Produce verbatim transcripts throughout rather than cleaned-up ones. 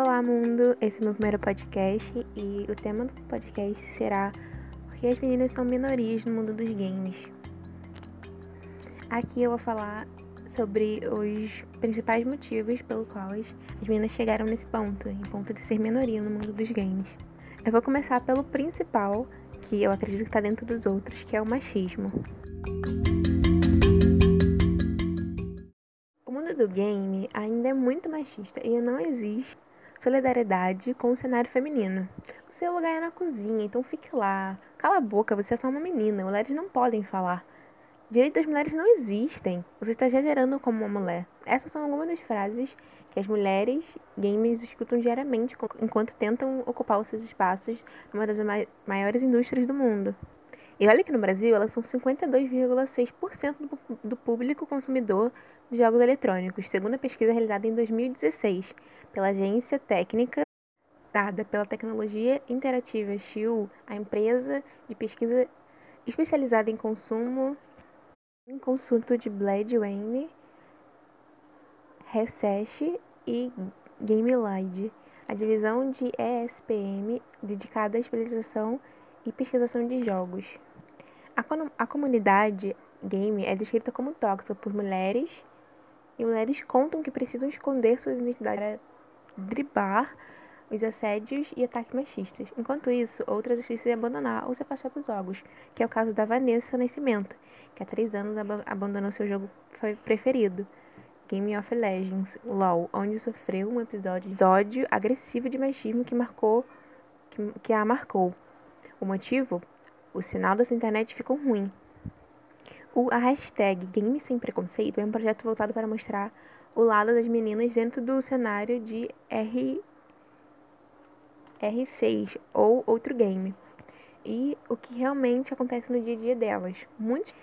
Olá, mundo! Esse é meu primeiro podcast e o tema do podcast será Por que as meninas são minorias no mundo dos games. Aqui eu vou falar sobre os principais motivos pelo quais as meninas chegaram nesse ponto, em ponto de ser minoria no mundo dos games. Eu vou começar pelo principal, que eu acredito que está dentro dos outros, que é o machismo. O mundo do game ainda é muito machista e não existe solidariedade com o cenário feminino. O seu lugar é na cozinha, então fique lá. Cala a boca, você é só uma menina. Mulheres não podem falar. Direitos das mulheres não existem. Você está exagerando como uma mulher. Essas são algumas das frases que as mulheres gamers escutam diariamente enquanto tentam ocupar os seus espaços numa das maiores indústrias do mundo. E olha que no Brasil elas são cinquenta e dois vírgula seis por cento do público consumidor de jogos eletrônicos, segundo a pesquisa realizada em dois mil e dezesseis pela agência técnica dada pela tecnologia interativa X I U, a empresa de pesquisa especializada em consumo em consulto de Bladewayne Research e GameLide, a divisão de E S P M dedicada à especialização e pesquisação de jogos. A, a comunidade game é descrita como tóxica por mulheres, e mulheres contam que precisam esconder suas identidades para driblar os assédios e ataques machistas. Enquanto isso, outras decidem abandonar ou se afastar dos jogos, que é o caso da Vanessa Nascimento, que há três anos ab abandonou seu jogo preferido, Game of Legends, LoL, onde sofreu um episódio de ódio agressivo de machismo que, marcou, que, que a marcou. O motivo? O sinal da sua internet ficou ruim. O, a hashtag Game Sem Preconceito é um projeto voltado para mostrar o lado das meninas dentro do cenário de R, R seis ou outro game. E o que realmente acontece no dia a dia delas. Muitos,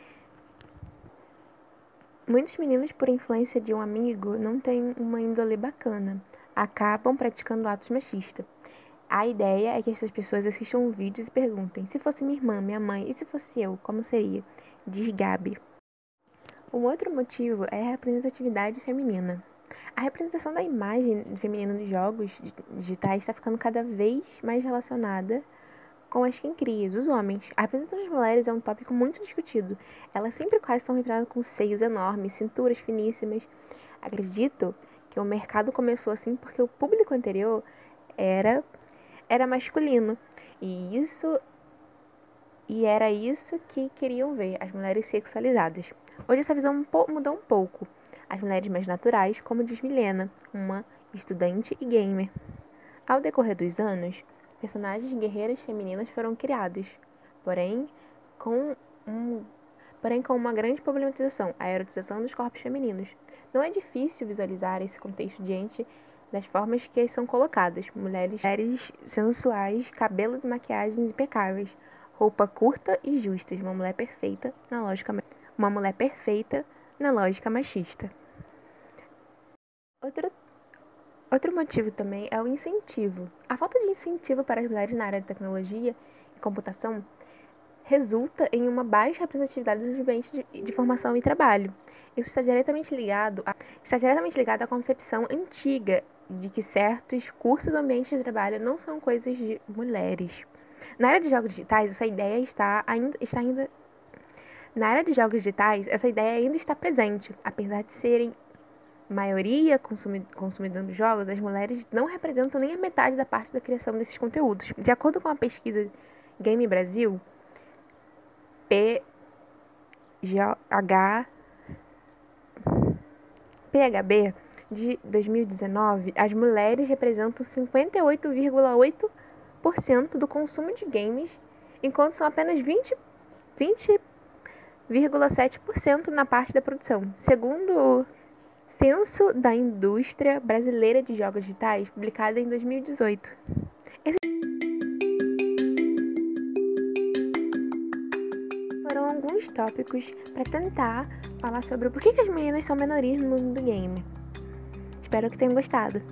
muitos meninos, por influência de um amigo, não têm uma índole bacana. Acabam praticando atos machistas. A ideia é que essas pessoas assistam vídeos e perguntem: se fosse minha irmã, minha mãe, e se fosse eu, como seria? Diz Gabi. Um outro motivo é a representatividade feminina. A representação da imagem feminina nos jogos digitais está ficando cada vez mais relacionada com as quem cria, os homens. A representação das mulheres é um tópico muito discutido. Elas sempre quase estão representadas com seios enormes, cinturas finíssimas. Acredito que o mercado começou assim porque o público anterior era era masculino, e isso e era isso que queriam ver, as mulheres sexualizadas. Hoje essa visão mudou um pouco. As mulheres mais naturais, como diz Milena, uma estudante e gamer. Ao decorrer dos anos, personagens guerreiras femininas foram criadas, porém com um porém com uma grande problematização, a erotização dos corpos femininos. Não é difícil visualizar esse contexto diante das formas que são colocadas. Mulheres, mulheres sensuais, cabelos e maquiagens impecáveis, roupa curta e justas, uma mulher perfeita na lógica, uma mulher perfeita na lógica machista. Outro, outro motivo também é o incentivo. A falta de incentivo para as mulheres na área de tecnologia e computação resulta em uma baixa representatividade nos ambientes de, de formação e trabalho. Isso está diretamente ligado a, está diretamente ligado à concepção antiga de que certos cursos ou ambientes de trabalho não são coisas de mulheres. Na área de jogos digitais, essa ideia está ainda, está ainda na área de jogos digitais, essa ideia ainda está presente, apesar de serem maioria consumidora de jogos, as mulheres não representam nem a metade da parte da criação desses conteúdos. De acordo com a pesquisa Game Brasil, P H B de dois mil e dezenove, as mulheres representam cinquenta e oito vírgula oito por cento do consumo de games, enquanto são apenas vinte vírgula sete por cento na parte da produção, segundo o Censo da Indústria Brasileira de Jogos Digitais, publicado em dois mil e dezoito. Esses foram alguns tópicos para tentar falar sobre por que as meninas são minorias no mundo do game. Espero que tenham gostado.